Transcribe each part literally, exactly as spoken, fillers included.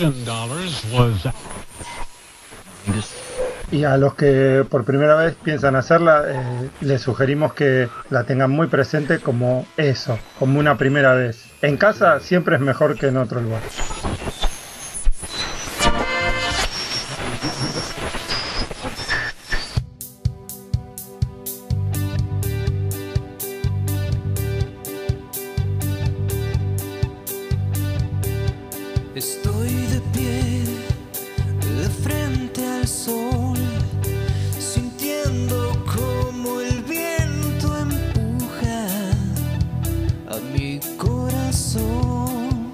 Y a los que por primera vez piensan hacerla, eh, les sugerimos que la tengan muy presente como eso, como una primera vez. En casa siempre es mejor que en otro lugar. Estoy de pie, de frente al sol, sintiendo como el viento empuja a mi corazón.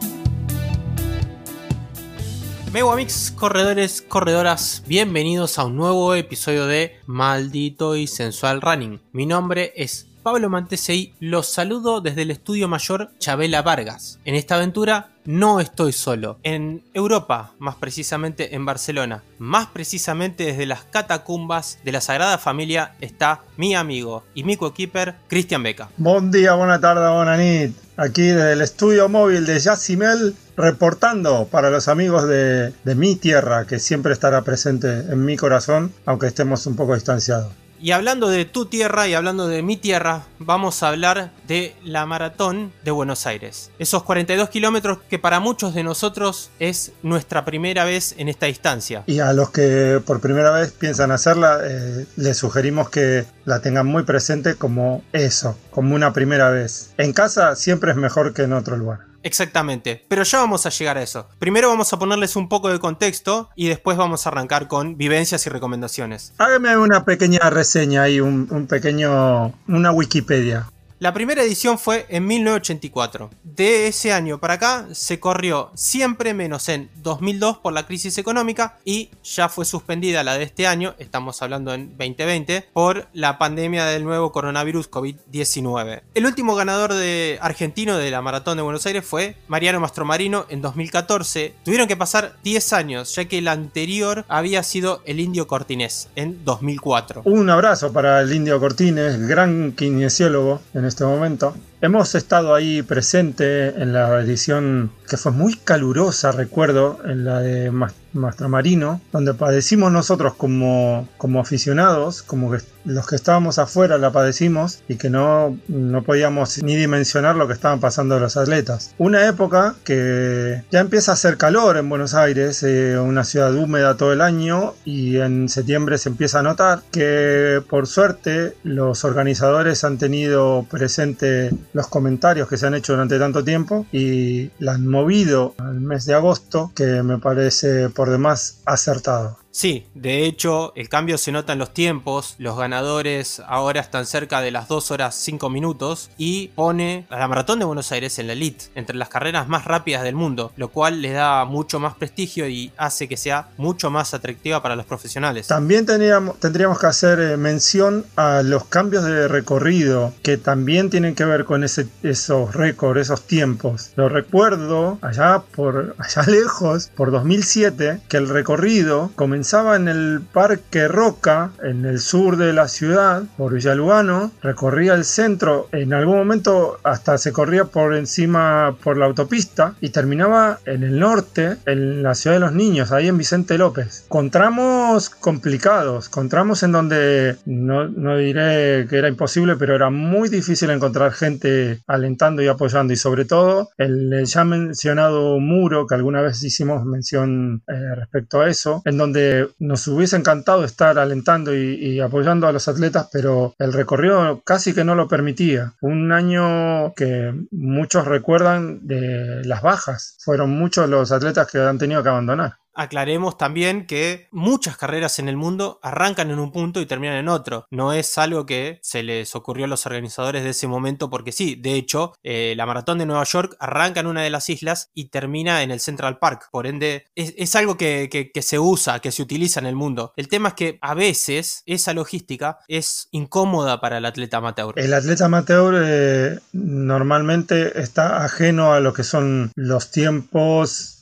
Megu Amigos, corredores, corredoras, bienvenidos a un nuevo episodio de Maldito y Sensual Running. Mi nombre es Pablo Mantese y los saludo desde el estudio mayor Chabela Vargas. En esta aventura no estoy solo. En Europa, más precisamente en Barcelona, más precisamente desde las catacumbas de la Sagrada Familia, está mi amigo y mi coequiper Cristian Beca. Buen día, buena tarde, buena nit. Aquí desde el estudio móvil de Yacimel, reportando para los amigos de, de mi tierra, que siempre estará presente en mi corazón, aunque estemos un poco distanciados. Y hablando de tu tierra y hablando de mi tierra, vamos a hablar de la Maratón de Buenos Aires. Esos cuarenta y dos kilómetros que para muchos de nosotros es nuestra primera vez en esta distancia. Y a los que por primera vez piensan hacerla, eh, les sugerimos que la tengan muy presente como eso, como una primera vez. En casa siempre es mejor que en otro lugar. Exactamente, pero ya vamos a llegar a eso. Primero vamos a ponerles un poco de contexto y después vamos a arrancar con vivencias y recomendaciones. Hágame una pequeña reseña y un, un pequeño, una Wikipedia. La primera edición fue en mil novecientos ochenta y cuatro. De ese año para acá se corrió siempre menos en dos mil dos por la crisis económica y ya fue suspendida la de este año, estamos hablando en veinte veinte, por la pandemia del nuevo coronavirus COVID diecinueve. El último ganador de argentino de la Maratón de Buenos Aires fue Mariano Mastromarino en dos mil catorce. Tuvieron que pasar diez años, ya que el anterior había sido el Indio Cortinés en dos mil cuatro. Un abrazo para el Indio Cortines, gran kinesiólogo en este momento. Hemos estado ahí presente en la edición que fue muy calurosa, recuerdo, en la de Mastromarino, donde padecimos nosotros como, como aficionados, como que los que estábamos afuera la padecimos y que no, no podíamos ni dimensionar lo que estaban pasando los atletas. Una época que ya empieza a hacer calor en Buenos Aires, eh, una ciudad húmeda todo el año, y en septiembre se empieza a notar que por suerte los organizadores han tenido presente los comentarios que se han hecho durante tanto tiempo y la han movido al mes de agosto, que me parece por demás acertado. Sí, de hecho el cambio se nota en los tiempos, los ganadores ahora están cerca de las dos horas cinco minutos y pone a la Maratón de Buenos Aires en la elite, entre las carreras más rápidas del mundo, lo cual le da mucho más prestigio y hace que sea mucho más atractiva para los profesionales. También tendríamos, tendríamos que hacer eh, mención a los cambios de recorrido que también tienen que ver con ese, esos récords, esos tiempos. Lo recuerdo allá, por, allá lejos, por dos mil siete, que el recorrido comenzó en el Parque Roca, en el sur de la ciudad, por Villa Lugano, recorría el centro, en algún momento hasta se corría por encima por la autopista y terminaba en el norte, en la ciudad de los niños, ahí en Vicente López. Con tramos complicados, con tramos en donde no, no diré que era imposible, pero era muy difícil encontrar gente alentando y apoyando, y sobre todo el ya mencionado muro, que alguna vez hicimos mención eh, respecto a eso, en donde nos hubiese encantado estar alentando y, y apoyando a los atletas, pero el recorrido casi que no lo permitía. Un año que muchos recuerdan de las bajas. Fueron muchos los atletas que han tenido que abandonar. Aclaremos también que muchas carreras en el mundo arrancan en un punto y terminan en otro. No es algo que se les ocurrió a los organizadores de ese momento porque sí. De hecho, eh, la Maratón de Nueva York arranca en una de las islas y termina en el Central Park. Por ende, es, es algo que, que, que se usa, que se utiliza en el mundo. El tema es que a veces esa logística es incómoda para el atleta amateur. El atleta amateur eh, normalmente está ajeno a lo que son los tiempos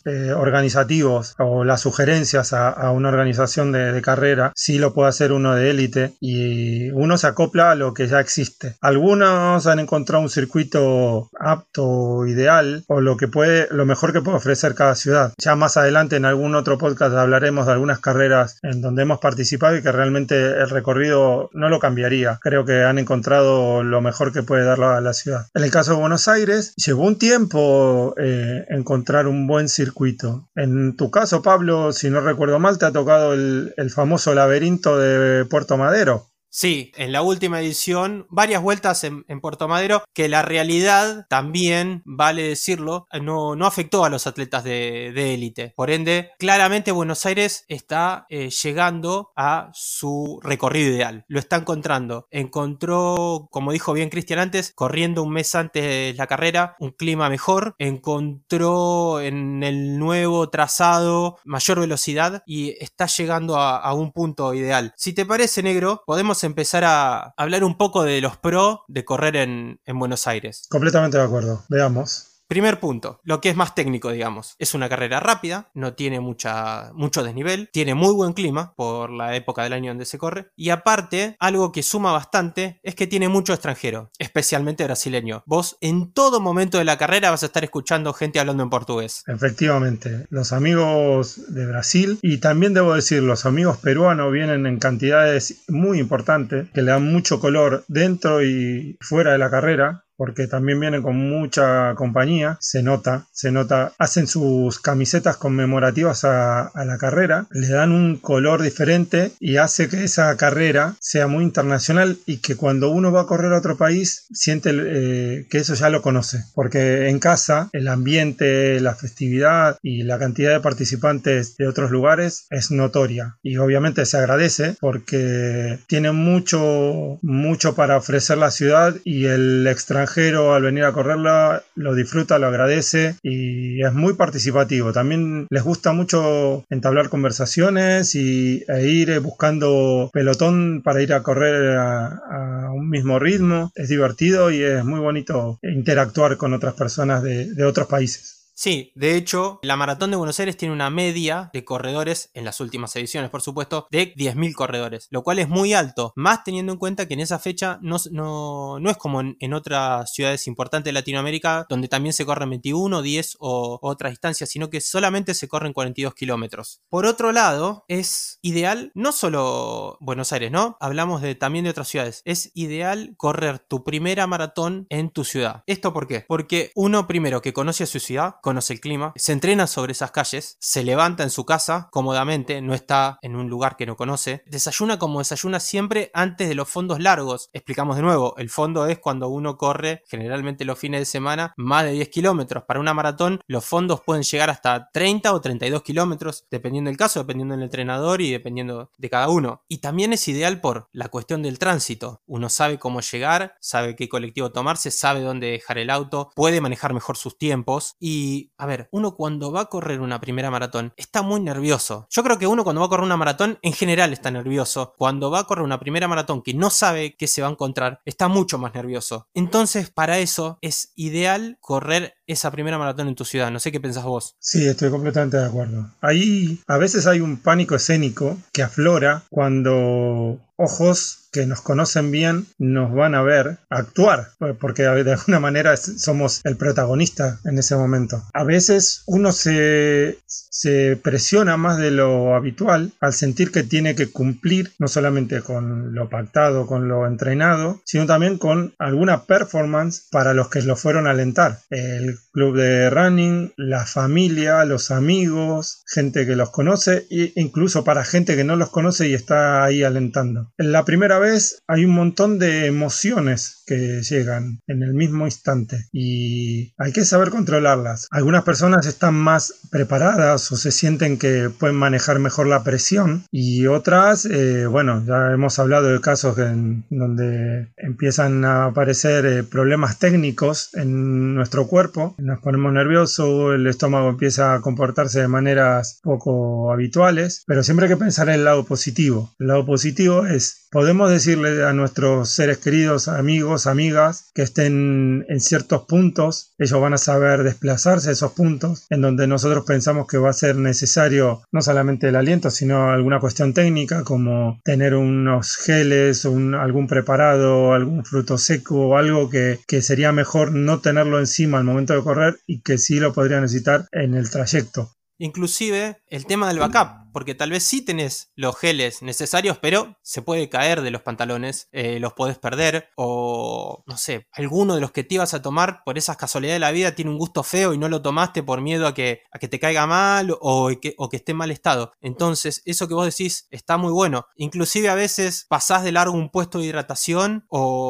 eh, organizativos o las sugerencias a, a una organización de, de carrera, sí lo puede hacer uno de élite y uno se acopla a lo que ya existe. Algunos han encontrado un circuito apto, ideal, o lo que puede, lo mejor que puede ofrecer cada ciudad. Ya más adelante en algún otro podcast hablaremos de algunas carreras en donde hemos participado y que realmente el recorrido no lo cambiaría. Creo que han encontrado lo mejor que puede dar a la ciudad. En el caso de Buenos Aires, llevó un tiempo eh, encontrar un buen circuito. En tu caso, Pablo, si no recuerdo mal, te ha tocado el, el famoso laberinto de Puerto Madero. Sí, en la última edición, varias vueltas en, en Puerto Madero, que la realidad también, vale decirlo, no, no afectó a los atletas de élite. Por ende, claramente Buenos Aires está eh, llegando a su recorrido ideal. Lo está encontrando. Encontró, como dijo bien Cristian antes, corriendo un mes antes de la carrera, un clima mejor. Encontró en el nuevo trazado mayor velocidad y está llegando a, a un punto ideal. Si te parece, negro, podemos empezar a hablar un poco de los pros de correr en, en Buenos Aires. Completamente de acuerdo. Veamos. Primer punto, lo que es más técnico, digamos. Es una carrera rápida, no tiene mucha, mucho desnivel, tiene muy buen clima por la época del año donde se corre. Y aparte, algo que suma bastante es que tiene mucho extranjero, especialmente brasileño. Vos en todo momento de la carrera vas a estar escuchando gente hablando en portugués. Efectivamente, los amigos de Brasil y también debo decir, los amigos peruanos vienen en cantidades muy importantes que le dan mucho color dentro y fuera de la carrera. Porque también vienen con mucha compañía, se nota, se nota, hacen sus camisetas conmemorativas a, a la carrera, le dan un color diferente y hace que esa carrera sea muy internacional y que cuando uno va a correr a otro país siente eh, que eso ya lo conoce, porque en casa el ambiente, la festividad y la cantidad de participantes de otros lugares es notoria y obviamente se agradece porque tiene mucho, mucho para ofrecer la ciudad y el extranjero al venir a correrla lo disfruta, lo agradece y es muy participativo. También les gusta mucho entablar conversaciones y, e ir buscando pelotón para ir a correr a, a un mismo ritmo. Es divertido y es muy bonito interactuar con otras personas de, de otros países. Sí, de hecho, la Maratón de Buenos Aires tiene una media de corredores, en las últimas ediciones por supuesto, de diez mil corredores, lo cual es muy alto, más teniendo en cuenta que en esa fecha no, no, no es como en, en otras ciudades importantes de Latinoamérica, donde también se corren veintiuno, diez o otras distancias, sino que solamente se corren cuarenta y dos kilómetros. Por otro lado, es ideal, no solo Buenos Aires, ¿no? Hablamos de, también de otras ciudades, es ideal correr tu primera maratón en tu ciudad. ¿Esto por qué? Porque uno primero que conoce a su ciudad, conoce el clima, se entrena sobre esas calles, se levanta en su casa cómodamente, no está en un lugar que no conoce, desayuna como desayuna siempre antes de los fondos largos. Explicamos de nuevo, el fondo es cuando uno corre, generalmente los fines de semana, más de diez kilómetros. Para una maratón, los fondos pueden llegar hasta treinta o treinta y dos kilómetros, dependiendo del caso, dependiendo del entrenador y dependiendo de cada uno. Y también es ideal por la cuestión del tránsito. Uno sabe cómo llegar, sabe qué colectivo tomarse, sabe dónde dejar el auto, puede manejar mejor sus tiempos y Y, a ver, uno cuando va a correr una primera maratón está muy nervioso. Yo creo que uno cuando va a correr una maratón en general está nervioso. Cuando va a correr una primera maratón que no sabe qué se va a encontrar, está mucho más nervioso. Entonces, para eso es ideal correr esa primera maratón en tu ciudad. No sé qué pensás vos. Sí, estoy completamente de acuerdo. Ahí a veces hay un pánico escénico que aflora cuando ojos que nos conocen bien nos van a ver actuar, porque de alguna manera somos el protagonista en ese momento. A veces uno se, se presiona más de lo habitual al sentir que tiene que cumplir no solamente con lo pactado, con lo entrenado, sino también con alguna performance para los que lo fueron a alentar. El club de running, la familia, los amigos, gente que los conoce e incluso para gente que no los conoce y está ahí alentando. En la primera vez hay un montón de emociones que llegan en el mismo instante y hay que saber controlarlas. Algunas personas están más preparadas o se sienten que pueden manejar mejor la presión y otras, eh, bueno, ya hemos hablado de casos en donde empiezan a aparecer eh, problemas técnicos en nuestro cuerpo, nos ponemos nerviosos, el estómago empieza a comportarse de maneras poco habituales, pero siempre hay que pensar en el lado positivo. El lado positivo es, podemos decirle a nuestros seres queridos, amigos, amigas, que estén en ciertos puntos, ellos van a saber desplazarse a esos puntos, en donde nosotros pensamos que va a ser necesario no solamente el aliento, sino alguna cuestión técnica, como tener unos geles, un, algún preparado, algún fruto seco, o algo que, que sería mejor no tenerlo encima al momento de correr y que sí lo podría necesitar en el trayecto. Inclusive el tema del backup, porque tal vez sí tenés los geles necesarios, pero se puede caer de los pantalones, eh, los podés perder, o no sé, alguno de los que te ibas a tomar por esas casualidades de la vida tiene un gusto feo y no lo tomaste por miedo a que, a que te caiga mal o que, o que esté en mal estado. Entonces eso que vos decís está muy bueno. Inclusive a veces pasás de largo un puesto de hidratación,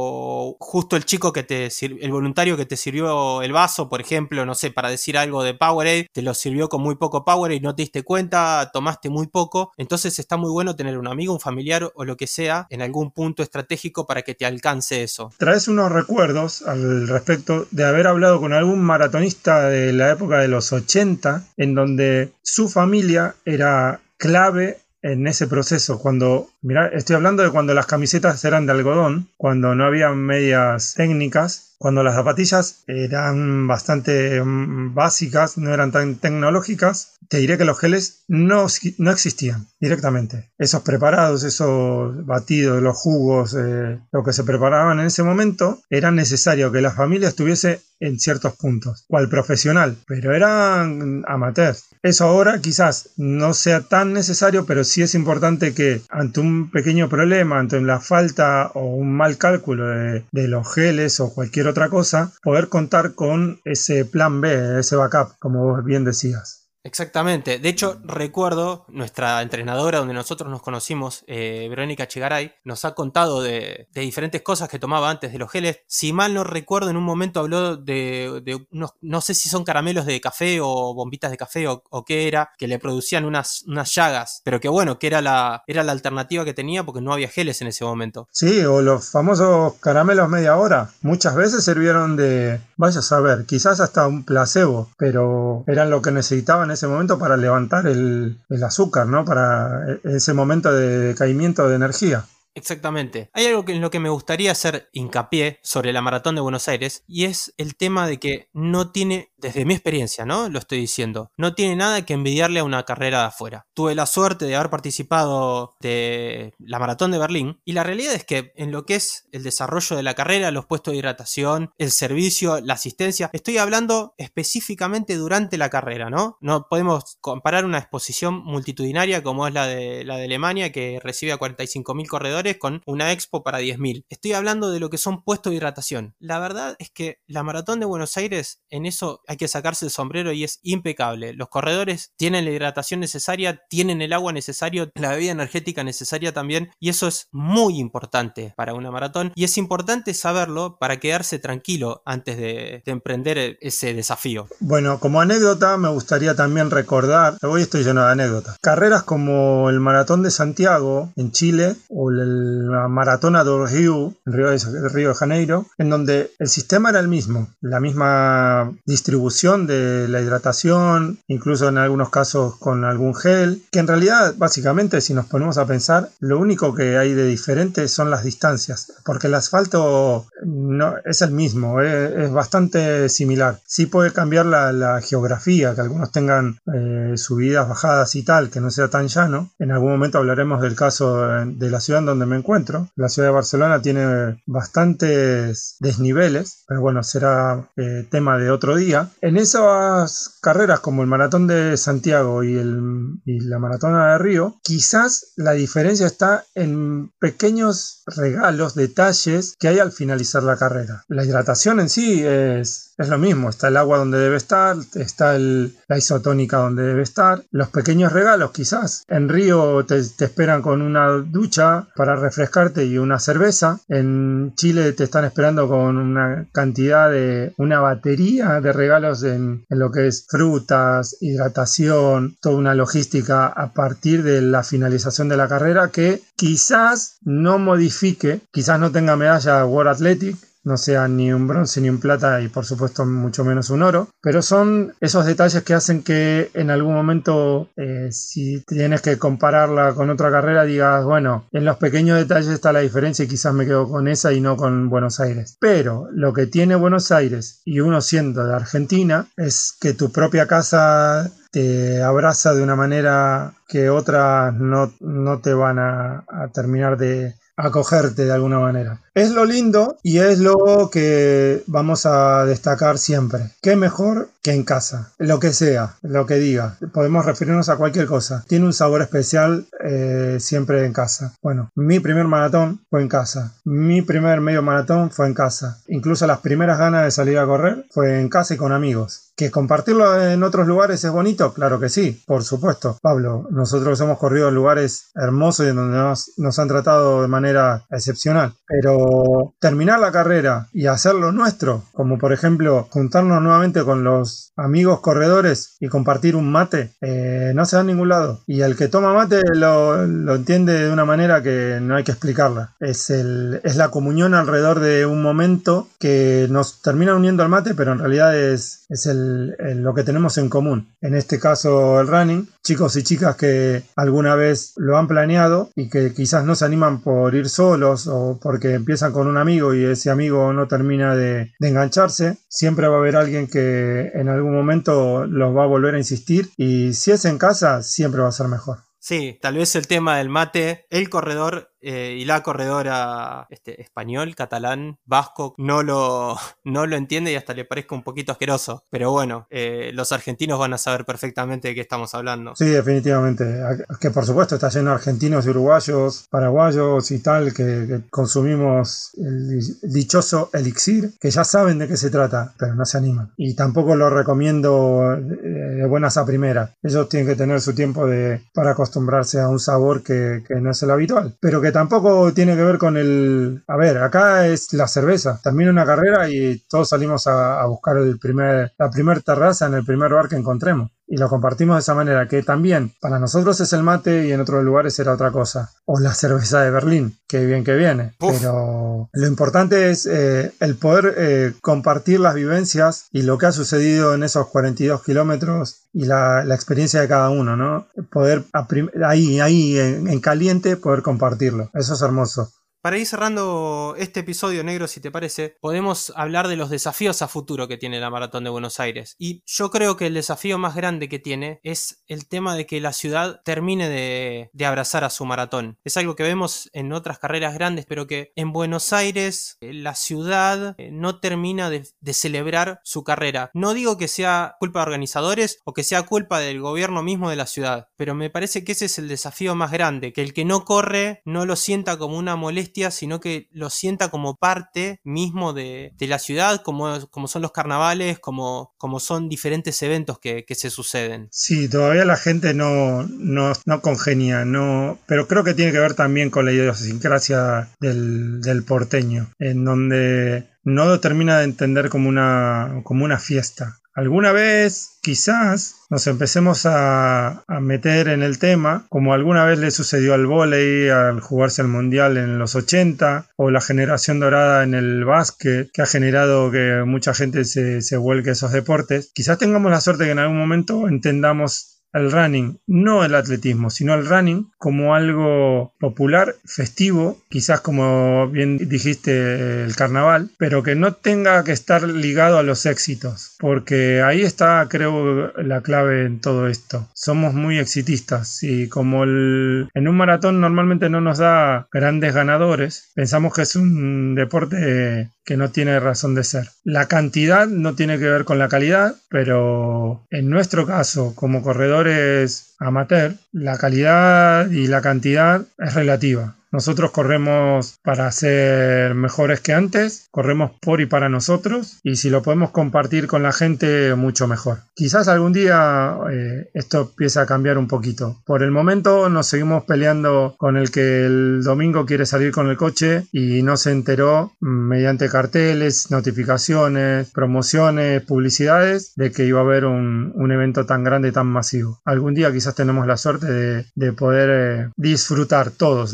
o justo el chico que te sir- el voluntario que te sirvió el vaso, por ejemplo, no sé, para decir algo de Powerade, te lo sirvió con muy poco Powerade y no te diste cuenta, tomaste muy poco. Entonces está muy bueno tener un amigo, un familiar o lo que sea en algún punto estratégico para que te alcance eso. Traes unos recuerdos al respecto de haber hablado con algún maratonista de la época de los ochenta, en donde su familia era clave en ese proceso. Cuando, mirá, estoy hablando de cuando las camisetas eran de algodón, cuando no había medias técnicas, cuando las zapatillas eran bastante básicas, no eran tan tecnológicas. Te diré que los geles no, no existían directamente. Esos preparados, esos batidos, los jugos, eh, lo que se preparaban en ese momento, era necesario que la familia estuviese en ciertos puntos, cual profesional, pero eran amateurs. Eso ahora quizás no sea tan necesario, pero sí es importante que ante un pequeño problema, ante la falta o un mal cálculo de, de los geles o cualquier otra cosa, poder contar con ese plan B, ese backup, como vos bien decías. Exactamente. De hecho, recuerdo nuestra entrenadora donde nosotros nos conocimos, eh, Verónica Chegaray, nos ha contado de, de diferentes cosas que tomaba antes de los geles. Si mal no recuerdo, en un momento habló de, de unos, no sé si son caramelos de café o bombitas de café o, o qué era, que le producían unas, unas llagas, pero que bueno, que era la, era la alternativa que tenía porque no había geles en ese momento. Sí, o los famosos caramelos media hora. Muchas veces sirvieron de, vaya a saber, quizás hasta un placebo, pero eran lo que necesitaban en ese momento para levantar el, el azúcar, ¿no? Para ese momento de decaimiento de energía. Exactamente. Hay algo que, en lo que me gustaría hacer hincapié sobre la Maratón de Buenos Aires, y es el tema de que no tiene, desde mi experiencia, ¿no? Lo estoy diciendo, no tiene nada que envidiarle a una carrera de afuera. Tuve la suerte de haber participado de la Maratón de Berlín, y la realidad es que en lo que es el desarrollo de la carrera, los puestos de hidratación, el servicio, la asistencia, estoy hablando específicamente durante la carrera, ¿no? No podemos comparar una exposición multitudinaria como es la de, la de Alemania, que recibe a cuarenta y cinco mil corredores con una expo para diez mil. Estoy hablando de lo que son puestos de hidratación. La verdad es que la Maratón de Buenos Aires, en eso hay que sacarse el sombrero y es impecable. Los corredores tienen la hidratación necesaria, tienen el agua necesario, la bebida energética necesaria también, y eso es muy importante para una maratón, y es importante saberlo para quedarse tranquilo antes de, de emprender ese desafío. Bueno, como anécdota me gustaría también recordar, hoy estoy lleno de anécdotas, carreras como el Maratón de Santiago en Chile o el la Maratona do Rio, en Río de, Río de Janeiro, en donde el sistema era el mismo, la misma distribución de la hidratación, incluso en algunos casos con algún gel, que en realidad, básicamente, si nos ponemos a pensar, lo único que hay de diferente son las distancias, porque el asfalto no, es el mismo, es, es bastante similar. Sí puede cambiar la, la geografía, que algunos tengan eh, subidas, bajadas y tal, que no sea tan llano. En algún momento hablaremos del caso de la ciudad en donde me encuentro. La ciudad de Barcelona tiene bastantes desniveles, pero bueno, será eh, tema de otro día. En esas carreras como el Maratón de Santiago y, el, y la Maratona de Río, quizás la diferencia está en pequeños regalos, detalles que hay al finalizar la carrera. La hidratación en sí es, es lo mismo, está el agua donde debe estar, está el, la isotónica donde debe estar. Los pequeños regalos quizás, en Río te, te esperan con una ducha para refrescarte y una cerveza. En Chile te están esperando con una cantidad de, una batería de regalos en, en lo que es frutas, hidratación, toda una logística a partir de la finalización de la carrera que quizás no modifique, quizás no tenga medalla World Athletic, no sea ni un bronce ni un plata y por supuesto mucho menos un oro, pero son esos detalles que hacen que en algún momento eh, si tienes que compararla con otra carrera digas, bueno, en los pequeños detalles está la diferencia y quizás me quedo con esa y no con Buenos Aires. Pero lo que tiene Buenos Aires y uno siendo de Argentina es que tu propia casa te abraza de una manera que otras no, no te van a, a terminar de acogerte de alguna manera. Es lo lindo y es lo que vamos a destacar siempre. ¿Qué mejor que en casa? Lo que sea, lo que diga. Podemos referirnos a cualquier cosa. Tiene un sabor especial eh, siempre en casa. Bueno, mi primer maratón fue en casa. Mi primer medio maratón fue en casa. Incluso las primeras ganas de salir a correr fue en casa y con amigos. ¿Que compartirlo en otros lugares es bonito? Claro que sí, por supuesto. Pablo, nosotros hemos corrido en lugares hermosos y en donde nos, nos han tratado de manera excepcional. Pero terminar la carrera y hacerlo nuestro, como por ejemplo juntarnos nuevamente con los amigos corredores y compartir un mate, eh, no se da a ningún lado. Y el que toma mate lo, lo entiende de una manera que no hay que explicarla. Es, el, es la comunión alrededor de un momento que nos termina uniendo al mate, pero en realidad es, es el El, el, lo que tenemos en común, en este caso el running, chicos y chicas que alguna vez lo han planeado y que quizás no se animan por ir solos o porque empiezan con un amigo y ese amigo no termina de, de engancharse, siempre va a haber alguien que en algún momento los va a volver a insistir y si es en casa siempre va a ser mejor. Sí, tal vez el tema del mate, el corredor eh, y la corredora este, español, catalán, vasco, no lo, no lo entiende y hasta le parezca un poquito asqueroso. Pero bueno, eh, los argentinos van a saber perfectamente de qué estamos hablando. Sí, definitivamente. Que por supuesto está lleno de argentinos y uruguayos, paraguayos y tal, que, que consumimos el dichoso elixir, que ya saben de qué se trata, pero no se animan. Y tampoco lo recomiendo de buenas a primeras. Ellos tienen que tener su tiempo de, para acostumbrarse a un sabor que, que no es el habitual, pero que tampoco tiene que ver con el... A ver, acá es la cerveza. Termina una carrera y todos salimos a, a buscar el primer, la primer terraza en el primer bar que encontremos. Y lo compartimos de esa manera, que también para nosotros es el mate y en otros lugares era otra cosa. O la cerveza de Berlín, que bien que viene. Uf. Pero lo importante es eh, el poder eh, compartir las vivencias y lo que ha sucedido en esos cuarenta y dos kilómetros y la, la experiencia de cada uno, ¿no? Poder ahí, ahí en, en caliente poder compartirlo. Eso es hermoso. Para ir cerrando este episodio, Negro, si te parece, podemos hablar de los desafíos a futuro que tiene la Maratón de Buenos Aires. Y yo creo que el desafío más grande que tiene es el tema de que la ciudad termine de, de abrazar a su maratón. Es algo que vemos en otras carreras grandes, pero que en Buenos Aires la ciudad no termina de, de celebrar su carrera. No digo que sea culpa de organizadores o que sea culpa del gobierno mismo de la ciudad, pero me parece que ese es el desafío más grande, que el que no corre no lo sienta como una molestia, sino que lo sienta como parte mismo de, de la ciudad, como, como son los carnavales, como, como son diferentes eventos que, que se suceden. Sí, todavía la gente no, no, no congenia, no, pero creo que tiene que ver también con la idiosincrasia del, del porteño, en donde no lo termina de entender como una, como una fiesta. Alguna vez, quizás, nos empecemos a, a meter en el tema, como alguna vez le sucedió al vóley, al jugarse el mundial en los ochenta, o la generación dorada en el básquet, que ha generado que mucha gente se, se vuelque a esos deportes. Quizás tengamos la suerte que en algún momento entendamos el running, no el atletismo, sino el running como algo popular, festivo, quizás como bien dijiste el carnaval, pero que no tenga que estar ligado a los éxitos, porque ahí está, creo, la clave en todo esto. Somos muy exitistas y como el, en un maratón normalmente no nos da grandes ganadores, pensamos que es un deporte que no tiene razón de ser. La cantidad no tiene que ver con la calidad, pero en nuestro caso, como corredores amateur, la calidad y la cantidad es relativa. Nosotros corremos para ser mejores que antes, corremos por y para nosotros, y si lo podemos compartir con la gente, mucho mejor. Quizás algún día eh, esto empiece a cambiar un poquito. Por el momento nos seguimos peleando con el que el domingo quiere salir con el coche y no se enteró mediante carteles, notificaciones, promociones, publicidades de que iba a haber un, un evento tan grande, tan masivo. Algún día quizás tenemos la suerte de, de poder eh, disfrutar todos, los de adentro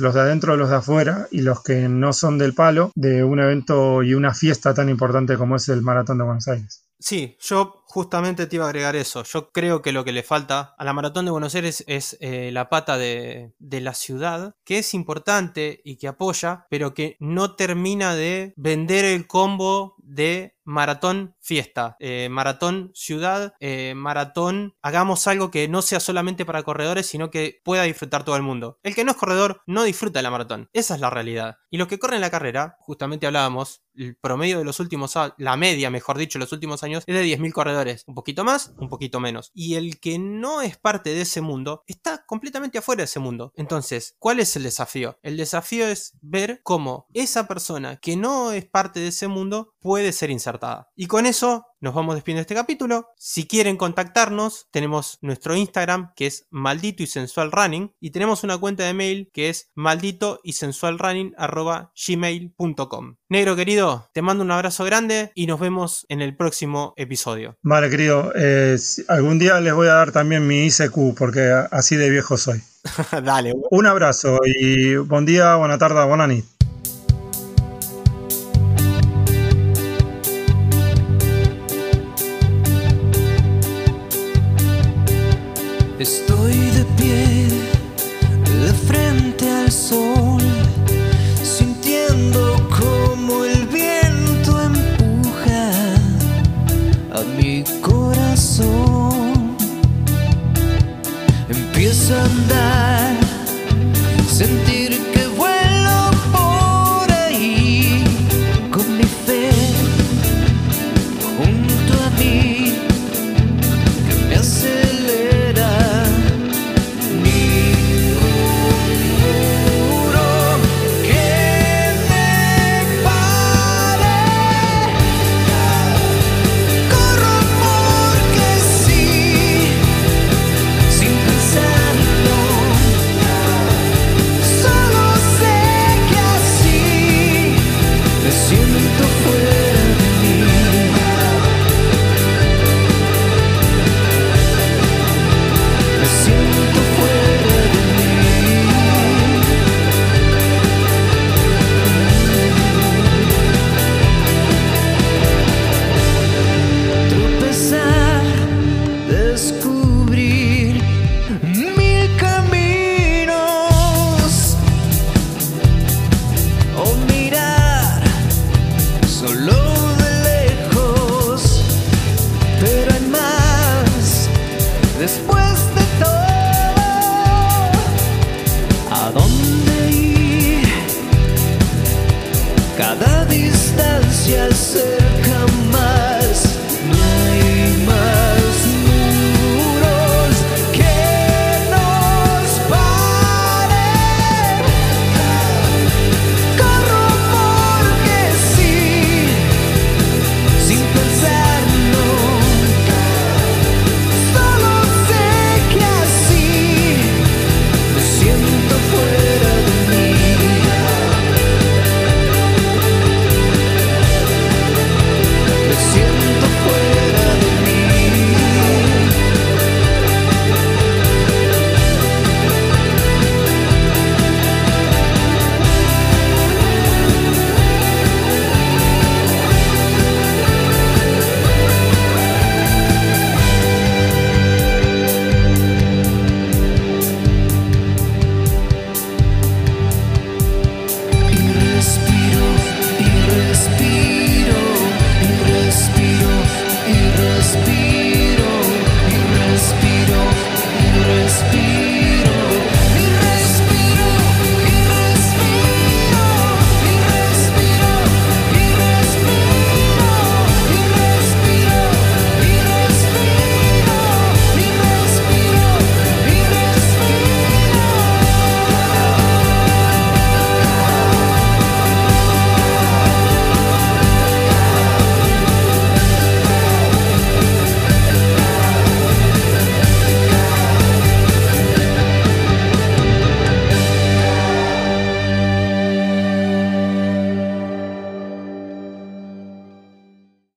adentro, los de afuera y los que no son del palo de un evento y una fiesta tan importante como es el Maratón de Buenos Aires. Sí, yo justamente te iba a agregar eso. Yo creo que lo que le falta a la Maratón de Buenos Aires es eh, la pata de, de la ciudad, que es importante y que apoya, pero que no termina de vender el combo de maratón fiesta, eh, maratón ciudad, eh, maratón hagamos algo que no sea solamente para corredores, sino que pueda disfrutar todo el mundo. El que no es corredor no disfruta de la maratón, esa es la realidad. Y los que corren la carrera, justamente hablábamos, el promedio de los últimos, la media mejor dicho, los últimos años es de diez mil corredores, un poquito más, un poquito menos. Y el que no es parte de ese mundo está completamente afuera de ese mundo. Entonces, ¿cuál es el desafío? El desafío es ver cómo esa persona que no es parte de ese mundo puede ser insertada. Y con eso nos vamos despidiendo de este capítulo. Si quieren contactarnos, tenemos nuestro Instagram, que es maldito y sensual running, y tenemos una cuenta de mail que es maldito y sensual running arroba gmail punto com. Negro querido, te mando un abrazo grande y nos vemos en el próximo episodio. Vale, querido, eh, algún día les voy a dar también mi I C Q porque así de viejo soy. Dale. Un abrazo y buen día, buena tarde, buena nit. Estoy de pie, de frente al sol, sintiendo como el viento empuja a mi corazón. Empiezo a andar, sentir que vuelo por ahí, con mi fe junto a mí, que me acelera. Después de todo, ¿a dónde ir? Cada distancia al ser